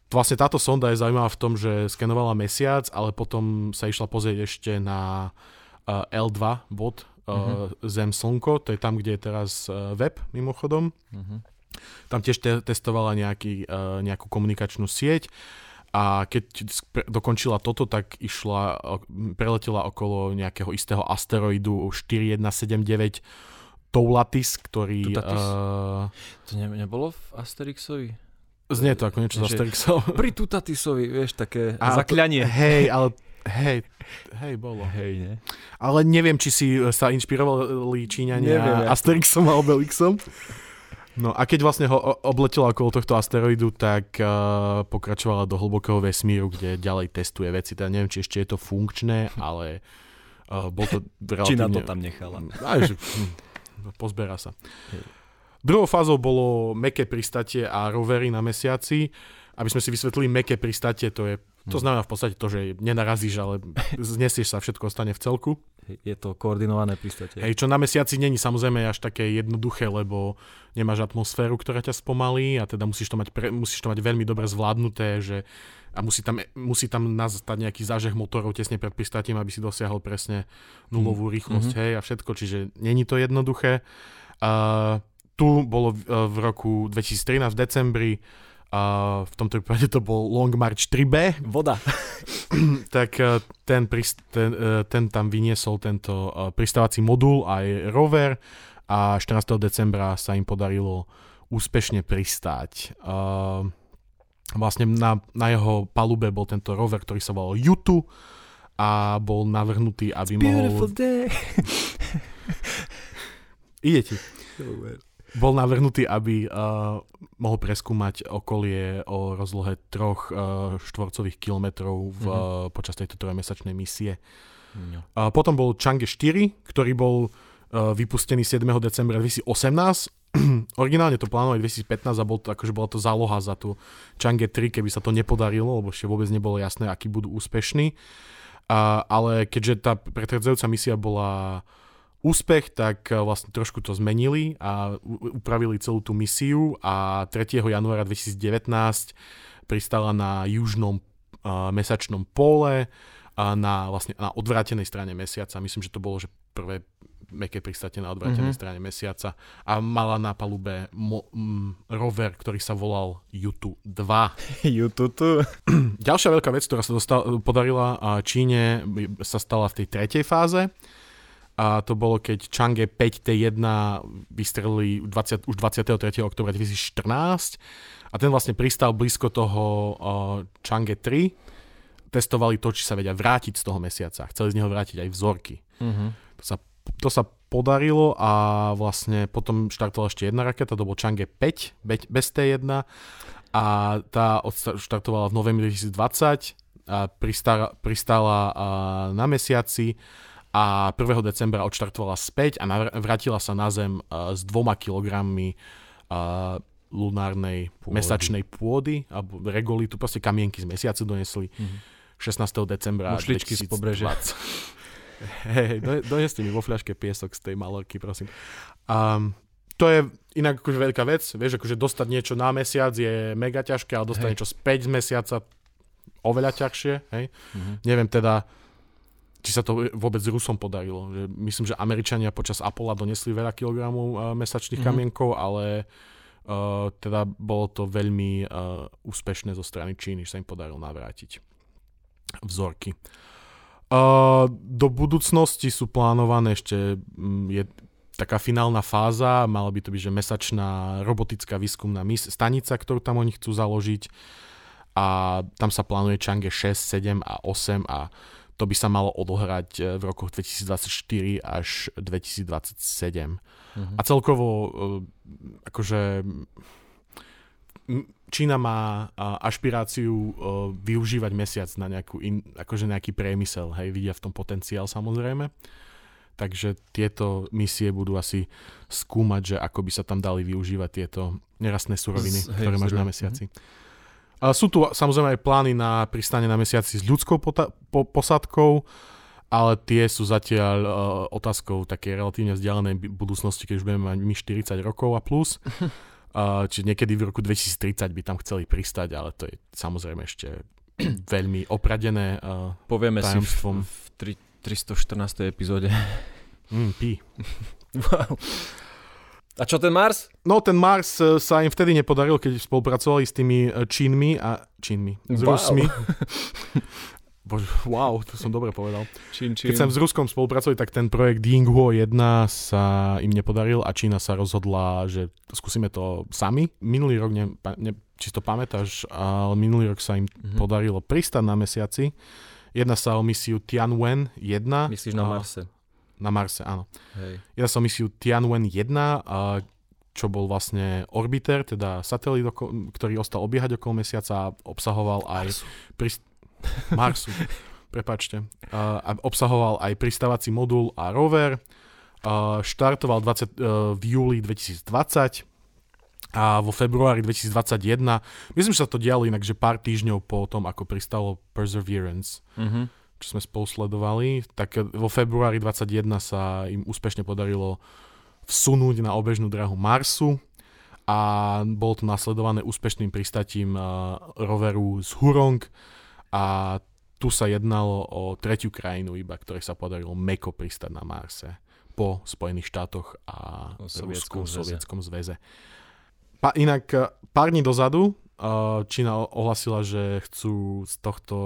vlastne táto sonda je zaujímavá v tom, že skenovala mesiac, ale potom sa išla pozrieť ešte na uh, el dva bod, uh, mm-hmm. Zem Slnko, to je tam, kde je teraz uh, web mimochodom. Mm-hmm. Tam tiež te- testovala nejaký, uh, nejakú komunikačnú sieť a keď dokončila toto, tak išla, preletela okolo nejakého istého asteroidu štyri jedna sedem deväť Toulatis, ktorý... Uh, to ne- nebolo v Asterixovi? Znie to ako niečo z Asterixov. Pri Tutatisovi, vieš, také a zakľanie. To, hej, ale hej, hej, bolo. Hej, ne? Ale neviem, či si sa inšpirovali Číňania neviem, Asterixom a Obelixom. No a keď vlastne ho obletela okolo tohto asteroidu, tak uh, pokračovala do hlbokého vesmíru, kde ďalej testuje veci. Teda neviem, či ešte je to funkčné, ale uh, bol to relatívne... Čína to tam nechala. Aj, že, hm, pozberá sa. Hej. Druhou fázou bolo mäkké pristátie a rovery na mesiaci. Aby sme si vysvetlili, mäkké pristátie, to je, to znamená v podstate to, že nenarazíš, ale znesieš sa, všetko ostane v celku. Je to koordinované pristátie. Hej, čo na mesiaci není samozrejme až také jednoduché, lebo nemáš atmosféru, ktorá ťa spomalí a teda musíš to mať, pre, musíš to mať veľmi dobre zvládnuté, že a musí tam, musí tam nastať nejaký zážeh motorov tesne pred pristátím, aby si dosiahol presne nulovú rýchlosť, mm-hmm. hej, a všetko, čiže není to jednoduché. Uh, Tu bolo v roku dvetisíctrinásť v decembri, a v tomto prípade to bol Long March tri bé. Voda. Tak ten, ten, ten tam vyniesol tento pristávací modul aj rover a štrnásteho decembra sa im podarilo úspešne pristáť. Vlastne na, na jeho palube bol tento rover, ktorý sa volal Yutu a bol navrhnutý, aby It's mohol... Beautiful day. Ide ti. Bol navrhnutý, aby uh, mohol preskúmať okolie o rozlohe troch uh, štvorcových kilometrov v, mm-hmm. uh, počas tejto trojmesačnej misie. No. Uh, potom bol Chang'e štyri, ktorý bol uh, vypustený siedmeho decembra dvetisícosemnásť. Originálne to plánovali dvetisícpätnásť a bol to, akože bola to záloha za tú Chang'e tri, keby sa to nepodarilo, lebo ešte vôbec nebolo jasné, akí budú úspešní. Uh, ale keďže tá predchádzajúca misia bola úspech, tak vlastne trošku to zmenili a upravili celú tú misiu a tretieho januára dvetisícdevätnásť pristala na južnom uh, mesačnom póle a na, vlastne, na odvrátenej strane mesiaca. Myslím, že to bolo že prvé mäkké pristátie na odvrátenej mm-hmm. strane mesiaca a mala na palube mo- m- rover, ktorý sa volal Yutu dva. Yutu tu. Ďalšia veľká vec, ktorá sa dostala, podarila Číne, sa stala v tej tretej fáze. A to bolo, keď Chang'e päť té jeden vystrelili dvadsať, už dvadsiateho tretieho októbra dvetisícštrnásť a ten vlastne pristal blízko toho uh, Chang'e tri. Testovali to, či sa vedia vrátiť z toho mesiaca. Chceli z neho vrátiť aj vzorky. Uh-huh. To, sa, to sa podarilo a vlastne potom štartovala ešte jedna raketa, to bol Chang'e päť bez té jeden a tá štartovala v novembri dvetisícdvadsať a pristála, pristála uh, na mesiaci a prvého decembra odštartovala späť a vrátila sa na Zem uh, s dvoma kilogrammi uh, lunárnej pôdy. mesačnej pôdy alebo regolitu, proste kamienky z mesiaca donesli mm-hmm. šestnásteho decembra mušličky z pobrežia. Hej, do, donesli mi vo fľaške piesok z tej malorky, prosím. Um, to je inak akože veľká vec, vieš, akože dostať niečo na mesiac je mega ťažké, ale dostať hej. niečo späť z mesiaca oveľa ťažšie, hej. Mm-hmm. Neviem teda, či sa to vôbec Rusom podarilo. Že myslím, že Američania počas Apollo donesli veľa kilogramov uh, mesačných mm-hmm. kamienkov, ale uh, teda bolo to veľmi uh, úspešné zo strany Číny, že sa im podarilo navrátiť vzorky. Uh, do budúcnosti sú plánované ešte um, je taká finálna fáza, mala by to byť, že mesačná robotická výskumná mis- stanica, ktorú tam oni chcú založiť a tam sa plánuje Chang'e šesť, sedem a osem a to by sa malo odohrať v rokoch dvetisícdvadsaťštyri až dvetisícdvadsaťsedem. Uh-huh. A celkovo akože Čína má ašpiráciu využívať mesiac na nejakú in, akože nejaký priemysel, hej, vidia v tom potenciál samozrejme. Takže tieto misie budú asi skúmať, že ako by sa tam dali využívať tieto nerastné suroviny, Z, ktoré hej, máš na mesiaci. Uh-huh. A sú tu samozrejme aj plány na pristánie na mesiaci s ľudskou pota- po- posádkou, ale tie sú zatiaľ uh, otázkou takej relatívne vzdialenej budúcnosti, keď už budeme mať my štyridsať rokov a plus. Uh, čiže niekedy v roku dvetisíctridsať by tam chceli pristať, ale to je samozrejme ešte veľmi opradené uh, Povieme tajomstvom. si v, v tri, tristoštrnástej epizóde. Mm, pí. Wow. A čo ten Mars? No, ten Mars uh, sa im vtedy nepodaril, keď spolupracovali s tými uh, Čínmi a Čínmi, s Wow. Rusmi. Bože, wow, to som dobre povedal. Čín, čín. Keď sa s Ruskom spolupracovali, tak ten projekt Yinghuo jeden sa im nepodaril a Čína sa rozhodla, že skúsime to sami. Minulý rok, ne, ne, či to pamätáš, ale minulý rok sa im mm-hmm. podarilo pristať na mesiaci. Jedná sa o misiu Tianwen jeden. Myslíš na Marse? Na Marse, áno. Hej. Jedná sa o misiu Tianwen jeden, a čo bol vlastne orbiter, teda satelit, ktorý ostal obiehať okolo mesiaca a obsahoval aj... Prist- Marsu, prepáčte. Uh, a obsahoval aj pristávací modul a rover. Uh, štartoval dvadsať, uh, v júli dvetisícdvadsať a vo februári dvetisícdvadsaťjeden, myslím, že sa to dialo inak, že pár týždňov po tom, ako pristalo Perseverance, uh-huh. čo sme spolu sledovali, tak vo februári dvadsaťjeden sa im úspešne podarilo vsunúť na obežnú dráhu Marsu a bolo to nasledované úspešným pristatím uh, roveru z Hurong. A tu sa jednalo o tretiu krajinu iba, ktorej sa podarilo mäkko pristať na Marse po Spojených štátoch a Rusku, Sovietskom zväze. Pa, inak pár dní dozadu Čína ohlasila, že chcú z tohto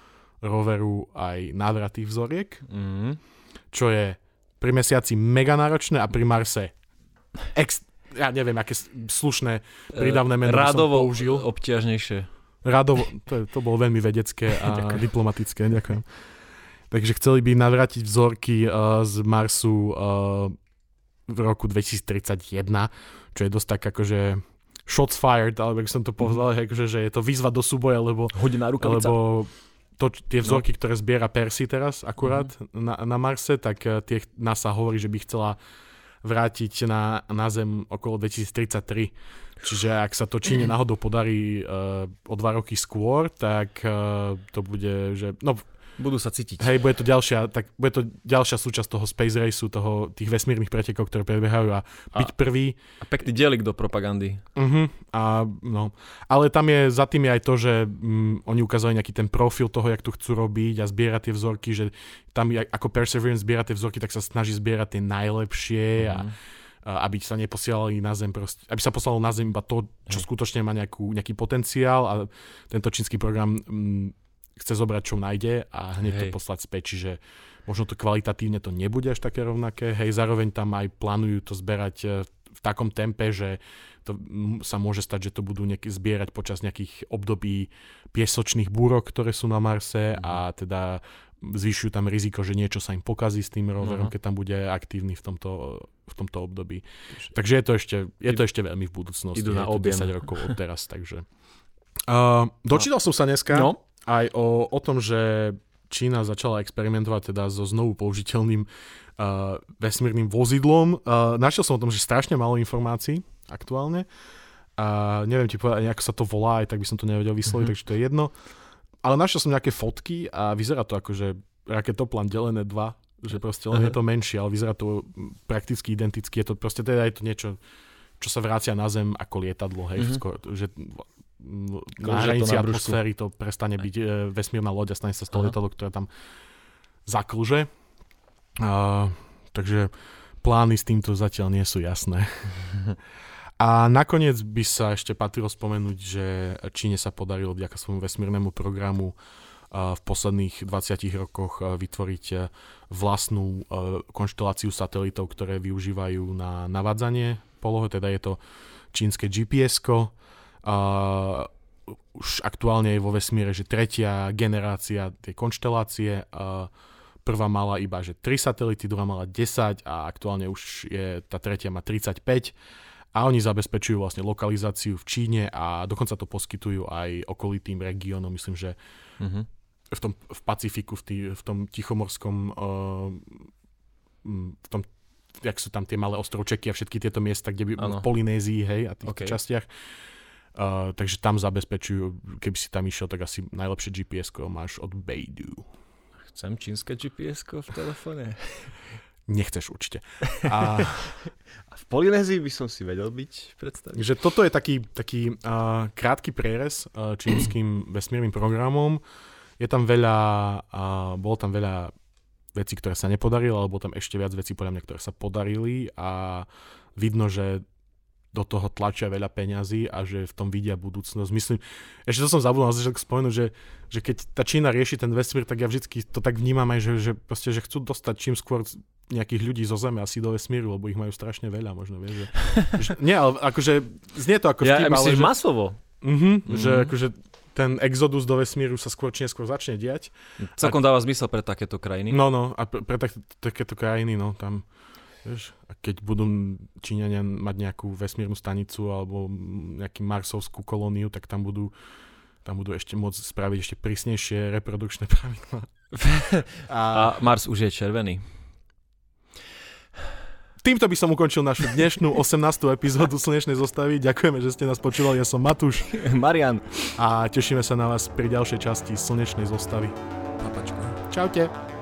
roveru aj návraty vzoriek, mm-hmm. čo je pri mesiaci mega náročné a pri Marse ex, ja neviem, aké slušné prídavné meno Radovo som použil. obťažnejšie. Radovo, to, to bolo veľmi vedecké a diplomatické, ďakujem. Takže chceli by navrátiť vzorky uh, z Marsu uh, v roku dvetisíctridsaťjeden, čo je dosť tak akože shots fired, alebo ak som to povedal, mm. akože, že je to výzva do súboja, lebo, hodená rukavica. lebo to, tie vzorky, no. ktoré zbiera Percy teraz akurát mm. na, na Marse, tak uh, tie NASA hovorí, že by chcela vrátiť na, na Zem okolo dvetisíctridsaťtri. Čiže ak sa to Číne náhodou podarí uh, o dva roky skôr, tak uh, to bude, že... No, budú sa cítiť. Hej, bude to ďalšia, tak bude to ďalšia súčasť toho space raceu, toho, tých vesmírnych pretekov, ktoré prebiehajú a byť a, prvý. A pekný dielik do propagandy. Uh-huh, a, no. Ale tam je, za tým je aj to, že um, oni ukázali nejaký ten profil toho, jak to chcú robiť a zbierať tie vzorky, že tam ako Perseverance zbiera tie vzorky, tak sa snaží zbierať tie najlepšie uh-huh. a aby sa neposielali na Zem, proste, aby sa poslalo na Zem iba to, čo Hej. skutočne má nejakú, nejaký potenciál a tento čínsky program m, chce zobrať, čo nájde a hneď Hej. to poslať späť, čiže možno to kvalitatívne to nebude až také rovnaké. Hej, zároveň tam aj plánujú to zberať v takom tempe, že to sa môže stať, že to budú nejaký, zbierať počas nejakých období piesočných búrok, ktoré sú na Marse mm. a teda zvyšujú tam riziko, že niečo sa im pokazí s tým roverom, uh-huh. keď tam bude aktívny v tomto, v tomto období. Takže je to ešte, je to ešte veľmi v budúcnosti. Idú na je to objem. desať rokov od teraz, takže... Uh, dočítal som sa dneska no. aj o, o tom, že Čína začala experimentovať teda so znovu použiteľným uh, vesmírnym vozidlom. Uh, našiel som o tom, že strašne málo informácií aktuálne. A neviem ti povedať, ako sa to volá, aj tak by som to nevedel vysloviť, uh-huh. takže to je jedno. Ale našiel som nejaké fotky a vyzerá to ako, že raketoplan delené dva, že proste len uh-huh. je to menšie, ale vyzerá to prakticky identicky. Je to proste teda je to niečo, čo sa vrácia na Zem ako lietadlo, hej, uh-huh. skoro, že na hranici atmosféry to prestane byť e, vesmírna loď a stane sa z toho uh-huh. lietadlo, ktoré tam zaklže. Uh, takže plány s týmto zatiaľ nie sú jasné. A nakoniec by sa ešte patrilo spomenúť, že Číne sa podarilo vďaka svojmu vesmírnemu programu v posledných dvadsiatich rokoch vytvoriť vlastnú konšteláciu satelitov, ktoré využívajú na navádzanie polohy, teda je to čínske G P S-ko. Už aktuálne je vo vesmíre, že tretia generácia tej konštelácie. Prvá mala iba že tri satelity, druhá mala desať a aktuálne už je tá tretia má tridsaťpäť. A oni zabezpečujú vlastne lokalizáciu v Číne a dokonca to poskytujú aj okolitým regiónom. Myslím, že uh-huh. v tom v Pacifiku, v, tý, v tom Tichomorskom, uh, v tom, jak sú tam tie malé ostrovčeky a všetky tieto miesta, kde by ano. v Polynézii, hej, a tých okay. častiach. Uh, takže tam zabezpečujú, keby si tam išiel, tak asi najlepšie G P S-ko máš od Beidou. Chcem čínske G P S-ko v telefóne. nechceš určite. A... A v Polynézii by som si vedel byť predstaviť. Že toto je taký, taký uh, krátky prierez uh, čínskym vesmírnym programom. Je tam veľa, uh, bolo tam veľa vecí, ktoré sa nepodarilo, alebo tam ešte viac vecí, podľa mňa, ktoré sa podarili a vidno, že do toho tlačia veľa peňazí a že v tom vidia budúcnosť. Myslím, ešte to som zabudol na začiatku spomenúť, že, že keď tá Čína rieši ten vesmír, tak ja vždycky to tak vnímam aj, že, že, proste, že chcú dostať čím skôr nejakých ľudí zo Zeme asi do vesmíru, lebo ich majú strašne veľa, možno, vieš. Že, že, nie, ale akože znie to ako vtip, ja, ale... myslíš že, masovo? Uh-huh, mm-hmm. Že akože ten exodus do vesmíru sa skôr či neskôr začne diať. Celkom dáva zmysel pre takéto krajiny. No, no, a pre, pre tak, takéto krajiny, no, tam... Vieš, a keď budú Číňania mať nejakú vesmírnu stanicu alebo nejakú marsovskú kolóniu, tak tam budú, tam budú ešte môcť spraviť ešte prísnejšie reprodukčné pravidlá. A... a Mars už je červený. Týmto by som ukončil našu dnešnú osemnástu epizódu Slnečnej zostavy. Ďakujeme, že ste nás počúvali. Ja som Matúš. Marian. A tešíme sa na vás pri ďalšej časti Slnečnej zostavy. Papačko. Čaute.